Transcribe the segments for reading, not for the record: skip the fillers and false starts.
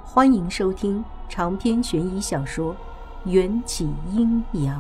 欢迎收听长篇悬疑小说《缘起阴阳》。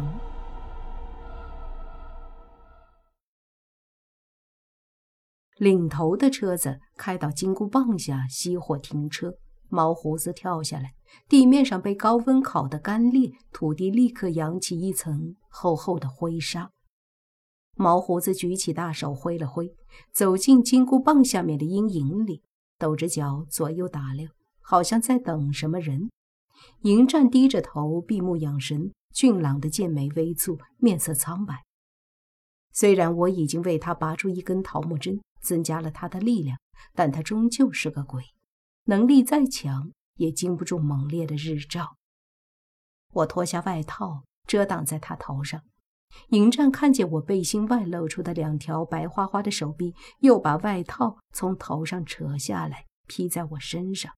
领头的车子开到金箍棒下，熄火停车。毛胡子跳下来，地面上被高温烤得干裂，土地立刻扬起一层厚厚的灰沙。毛胡子举起大手挥了挥，走进金箍棒下面的阴影里，抖着脚左右打量，好像在等什么人。迎战低着头，闭目养神，俊朗的剑眉微蹙，面色苍白。虽然我已经为他拔出一根桃木针，增加了他的力量，但他终究是个鬼，能力再强也经不住猛烈的日照。我脱下外套遮挡在他头上，迎战看见我背心外露出的两条白花花的手臂，又把外套从头上扯下来披在我身上。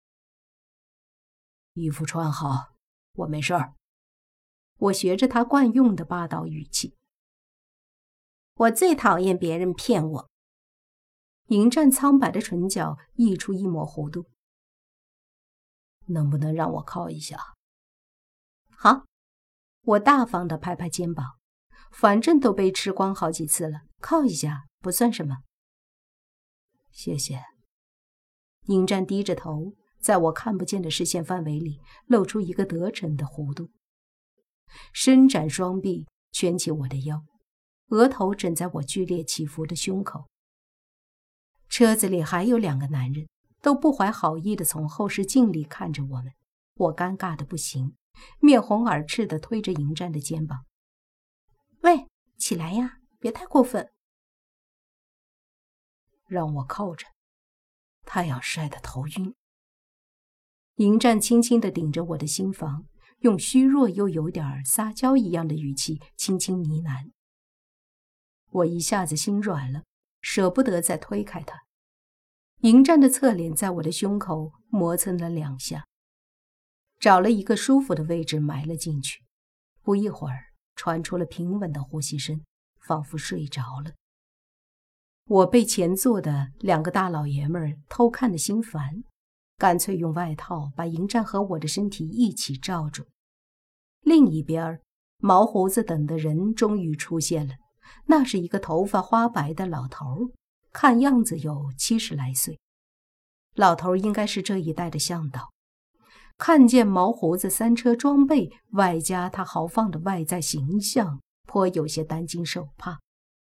衣服穿好，我没事儿。 我学着他惯用的霸道语气。 我最讨厌别人骗我。 迎战苍白的唇角溢出一抹弧度。 能不能让我靠一下？ 好，我大方地拍拍肩膀，反正都被吃光好几次了，靠一下不算什么。 谢谢。 迎战低着头，在我看不见的视线范围里露出一个得逞的弧度，伸展双臂圈起我的腰，额头枕在我剧烈起伏的胸口。车子里还有两个男人，都不怀好意地从后视镜里看着我们。我尴尬的不行，面红耳赤地推着迎战的肩膀。 喂，起来呀，别太过分。 让我靠着，太阳晒得头晕。 迎战轻轻地顶着我的心房，用虚弱又有点撒娇一样的语气轻轻呢喃。我一下子心软了，舍不得再推开他。迎战的侧脸在我的胸口磨蹭了两下，找了一个舒服的位置埋了进去。不一会儿，传出了平稳的呼吸声，仿佛睡着了。我被前座的两个大老爷们儿偷看得心烦，干脆用外套把迎战和我的身体一起罩住。另一边，毛胡子等的人终于出现了。那是一个头发花白的老头，看样子有70来岁。老头应该是这一带的向导。看见毛胡子三车装备，外加他豪放的外在形象，颇有些担惊受怕。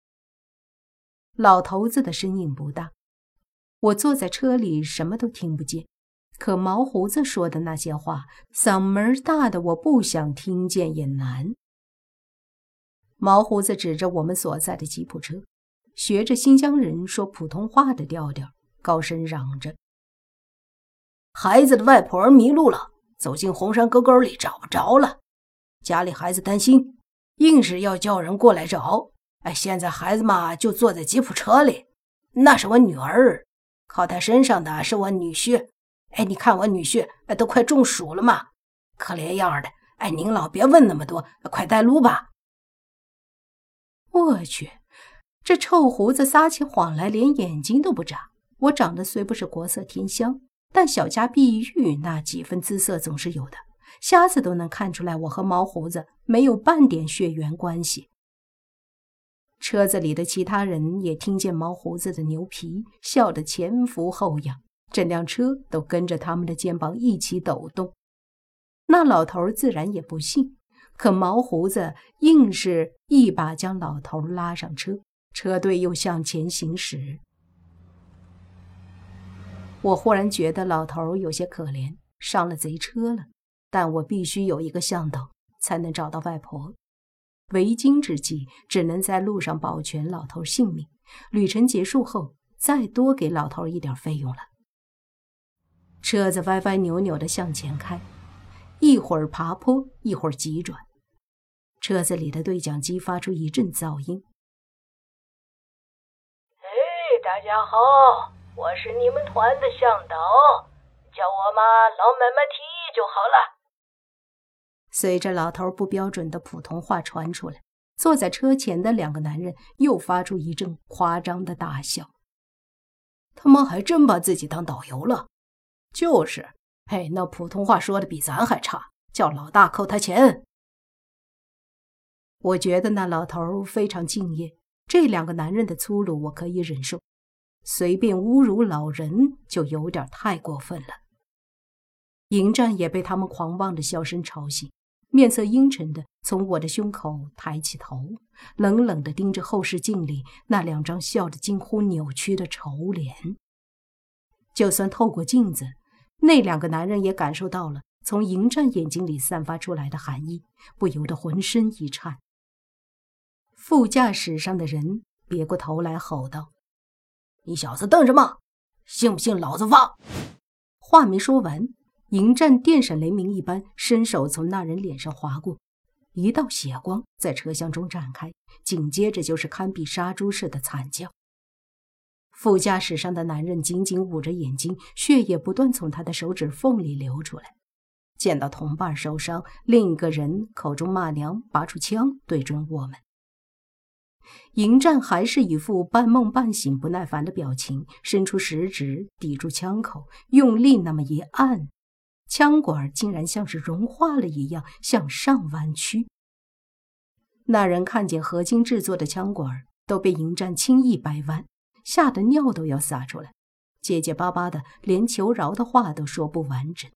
老头子的身影不大，我坐在车里什么都听不见，可毛胡子说的那些话，嗓门大的我不想听见也难。毛胡子指着我们所在的吉普车，学着新疆人说普通话的调调，高声嚷着： 孩子的外婆迷路了，走进红山沟沟里找不着了，家里孩子担心，硬是要叫人过来找。现在孩子嘛就坐在吉普车里，那是我女儿，靠她身上的是我女婿。你看我女婿都快中暑了嘛，可怜样的。您老别问那么多，快带路吧。 我去，这臭胡子撒起谎来连眼睛都不眨。我长得虽不是国色天香，但小家碧玉那几分姿色总是有的，瞎子都能看出来我和毛胡子没有半点血缘关系。车子里的其他人也听见毛胡子的牛皮，笑得前俯后仰，整辆车都跟着他们的肩膀一起抖动。那老头自然也不信，可毛胡子硬是一把将老头拉上车，车队又向前行驶。我忽然觉得老头有些可怜，上了贼车了，但我必须有一个向导，才能找到外婆。为今之计，只能在路上保全老头性命，旅程结束后再多给老头一点费用了。车子歪歪扭扭地向前开，一会儿爬坡，一会儿急转。车子里的对讲机发出一阵噪音。 大家好，我是你们团的向导，叫我嘛老妈妈提就好了。 随着老头不标准的普通话传出来，坐在车前的两个男人又发出一阵夸张的大笑。 他们还真把自己当导游了。 就是， 嘿，那普通话说的比咱还差，叫老大扣他钱。 我觉得那老头非常敬业，这2个男人的粗鲁我可以忍受，随便侮辱老人就有点太过分了。迎战也被他们狂妄的笑声吵醒，面色阴沉的从我的胸口抬起头，冷冷地盯着后视镜里那2张笑得近乎扭曲的丑脸。就算透过镜子，那2个男人也感受到了从迎战眼睛里散发出来的寒意，不由得浑身一颤。副驾驶上的人别过头来吼道：“ 你小子瞪什么？信不信老子发？” 话没说完，迎战电闪雷鸣一般伸手从那人脸上划过，一道血光在车厢中展开，紧接着就是堪比杀猪似的惨叫。副驾驶上的男人紧紧捂着眼睛，血液不断从他的手指缝里流出来。见到同伴受伤，另一个人口中骂娘，拔出枪对准我们。迎战还是一副半梦半醒不耐烦的表情，伸出食指抵住枪口，用力那么一按，枪管竟然像是融化了一样向上弯曲。那人看见合金制作的枪管都被迎战轻易掰弯，吓得尿都要洒出来，结结巴巴的连求饶的话都说不完整。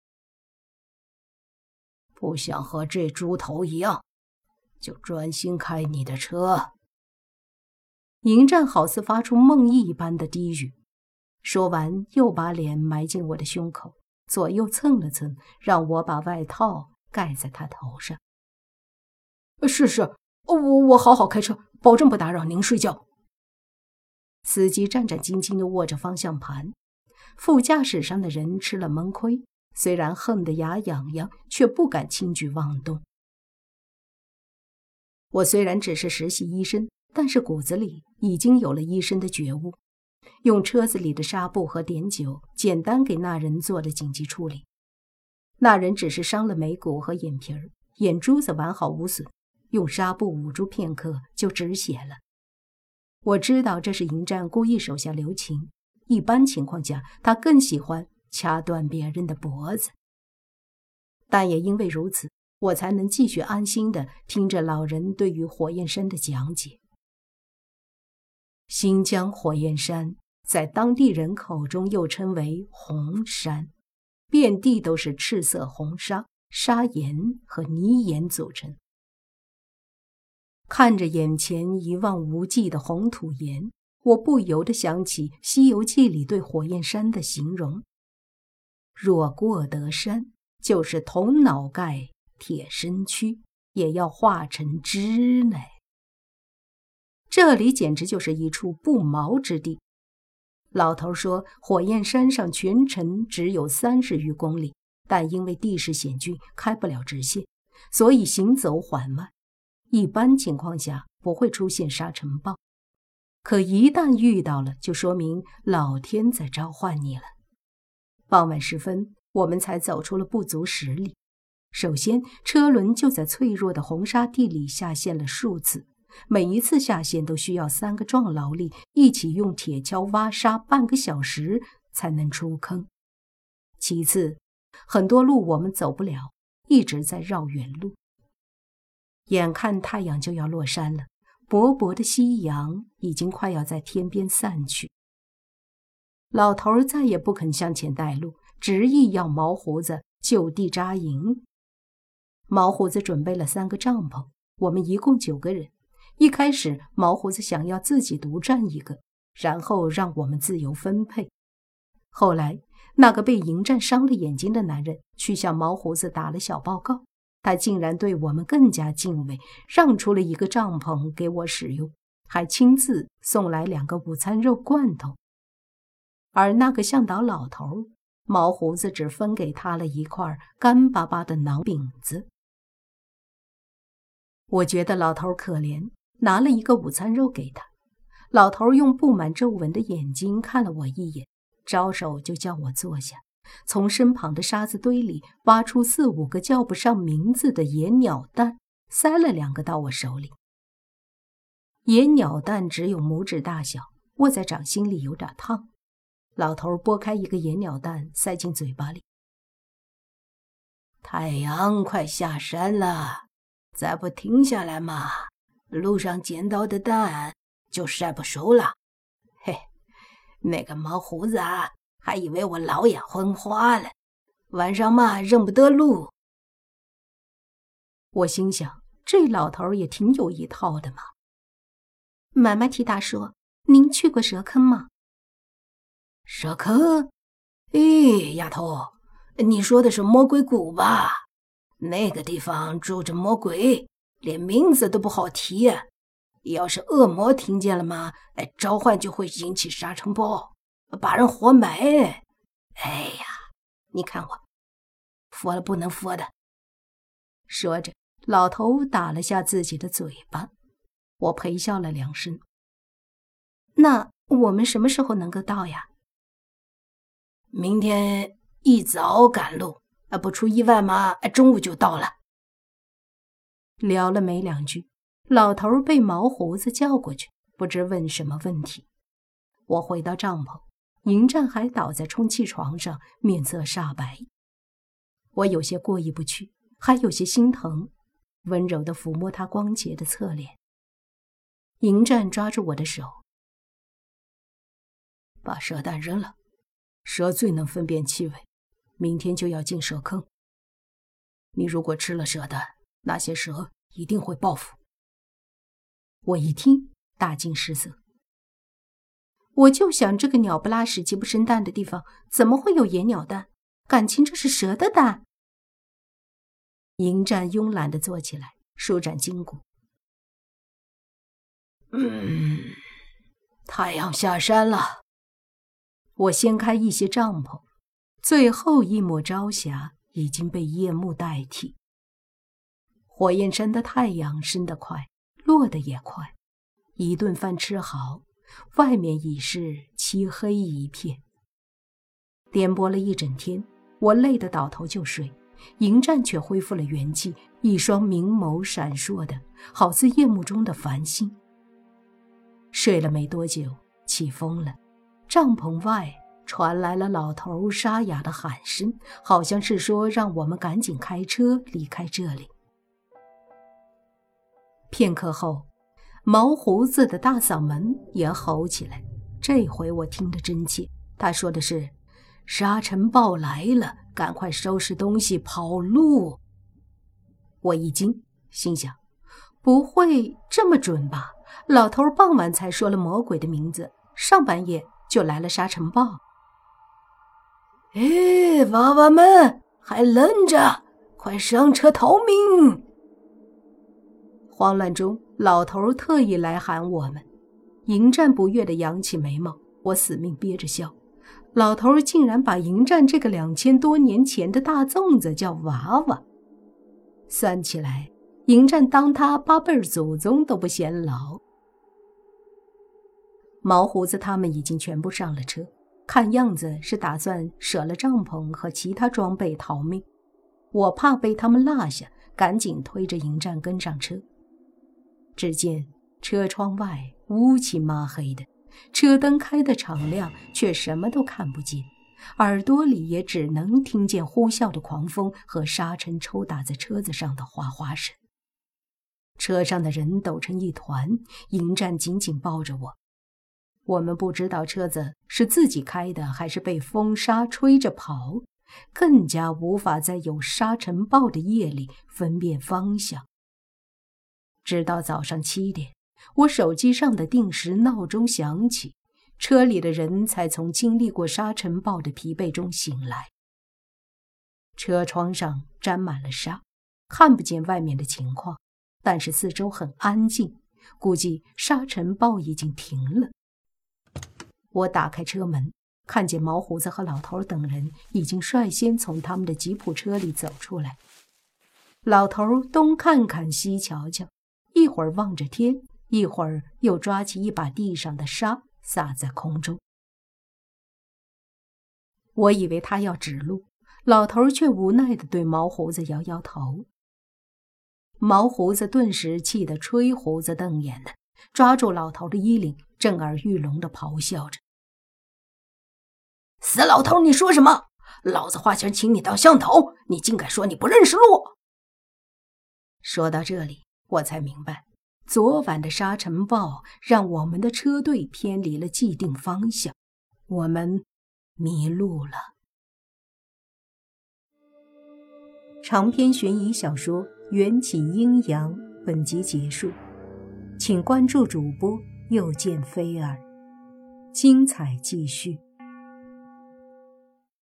不想和这猪头一样，就专心开你的车。 迎战好似发出梦呓一般的低语，说完又把脸埋进我的胸口，左右蹭了蹭，让我把外套盖在他头上。 是，我好好开车，保证不打扰您睡觉。 司机战战兢兢地握着方向盘，副驾驶上的人吃了闷亏，虽然恨得牙痒痒，却不敢轻举妄动。我虽然只是实习医生，但是骨子里已经有了医生的觉悟，用车子里的纱布和碘酒简单给那人做了紧急处理。那人只是伤了眉骨和眼皮儿，眼珠子完好无损，用纱布捂住片刻就止血了。我知道这是迎战故意手下留情，一般情况下他更喜欢掐断别人的脖子。但也因为如此，我才能继续安心地听着老人对于火焰山的讲解。新疆火焰山在当地人口中又称为红山，遍地都是赤色红沙、砂岩和泥岩组成。看着眼前一望无际的红土岩，我不由得想起《西游记》里对火焰山的形容：若过得山，就是铜脑盖、铁身躯，也要化成汁呢。这里简直就是一处不毛之地。老头说，火焰山上全程只有30余公里，但因为地势险峻，开不了直线，所以行走缓慢。一般情况下不会出现沙尘暴，可一旦遇到了，就说明老天在召唤你了。傍晚时分，我们才走出了不足10里。首先，车轮就在脆弱的红沙地里下陷了数次，每一次下陷都需要3个壮劳力一起用铁锹挖沙半个小时才能出坑。其次，很多路我们走不了，一直在绕远路。眼看太阳就要落山了，薄薄的夕阳已经快要在天边散去。老头再也不肯向前带路，执意要毛胡子就地扎营。毛胡子准备了3个帐篷，我们一共9个人。一开始毛胡子想要自己独占一个，然后让我们自由分配。后来那个被迎战伤了眼睛的男人去向毛胡子打了小报告，他竟然对我们更加敬畏，让出了一个帐篷给我使用，还亲自送来2个午餐肉罐头。而那个向导老头，毛胡子只分给他了一块干巴巴的馕饼子。我觉得老头可怜，拿了一个午餐肉给他。老头用布满皱纹的眼睛看了我一眼，招手就叫我坐下，从身旁的沙子堆里挖出4、5个叫不上名字的野鸟蛋，塞了2个到我手里。野鸟蛋只有拇指大小，握在掌心里有点烫。老头剥开一个野鸟蛋塞进嘴巴里， 太阳快下山了，再不停下来嘛，路上捡到的蛋就晒不熟了。嘿，那个毛胡子啊，还以为我老眼昏花了，晚上嘛认不得路。 我心想，这老头也挺有一套的嘛。 妈妈提大叔，您去过蛇坑吗？ 蛇坑？咦，丫头，你说的是魔鬼谷吧？那个地方住着魔鬼，连名字都不好提。要是恶魔听见了嘛，召唤就会引起沙尘暴，把人活埋。哎呀，你看我，佛了不能佛的。 说着，老头打了下自己的嘴巴。我陪笑了2声。 那我们什么时候能够到呀？ 明天一早赶路，不出意外嘛，中午就到了。 聊了没2句，老头被毛胡子叫过去，不知问什么问题。我回到帐篷，迎战还倒在充气床上，面色煞白。我有些过意不去，还有些心疼，温柔地抚摸他光洁的侧脸。迎战抓住我的手， 把蛇蛋扔了，蛇最能分辨气味，明天就要进蛇坑。你如果吃了蛇蛋，那些蛇一定会报复。 我一听大惊失色，我就想这个鸟不拉屎鸡不生蛋的地方怎么会有野鸟蛋？感情这是蛇的蛋？迎战慵懒地坐起来，舒展筋骨。 太阳下山了。 我掀开一些帐篷，最后一抹朝霞已经被夜幕代替。火焰山的太阳升得快，落得也快。一顿饭吃好，外面已是漆黑一片。颠簸了一整天，我累得倒头就睡。迎战却恢复了元气，一双明眸闪烁的，好似夜幕中的繁星。睡了没多久，起风了，帐篷外传来了老头沙哑的喊声，好像是说让我们赶紧开车离开这里。片刻后，毛胡子的大嗓门也吼起来，这回我听得真切，他说的是沙尘暴来了，赶快收拾东西跑路。我一惊，心想不会这么准吧？老头傍晚才说了魔鬼的名字，上半夜就来了沙尘暴。 哎，娃娃们还愣着，快上车逃命！ 慌乱中，老头特意来喊我们。迎战不悦地扬起眉毛，我死命憋着笑。老头竟然把迎战这个2000多年前的大粽子叫娃娃，算起来，迎战当他8辈祖宗都不嫌老。毛胡子他们已经全部上了车，看样子是打算舍了帐篷和其他装备逃命。我怕被他们落下，赶紧推着迎战跟上车。只见车窗外乌漆麻黑的，车灯开得敞亮，却什么都看不见，耳朵里也只能听见呼啸的狂风和沙尘抽打在车子上的哗哗声。车上的人抖成一团，迎战紧紧抱着我。我们不知道车子是自己开的还是被风沙吹着跑，更加无法在有沙尘暴的夜里分辨方向。直到早上7点，我手机上的定时闹钟响起，车里的人才从经历过沙尘暴的疲惫中醒来。车窗上沾满了沙，看不见外面的情况，但是四周很安静，估计沙尘暴已经停了。我打开车门，看见毛胡子和老头等人已经率先从他们的吉普车里走出来。老头东看看西瞧瞧，一会儿望着天，一会儿又抓起一把地上的沙撒在空中。我以为他要指路，老头却无奈地对毛胡子摇摇头。毛胡子顿时气得吹胡子瞪眼的，抓住老头的衣领，震耳欲聋地咆哮着：“ 死老头，你说什么？ 老子花钱请你当向导，你竟敢说你不认识路！ 说到这里，我才明白，昨晚的沙尘暴让我们的车队偏离了既定方向，我们迷路了。长篇悬疑小说《缘起阴阳》本集结束，请关注主播又见菲儿，精彩继续。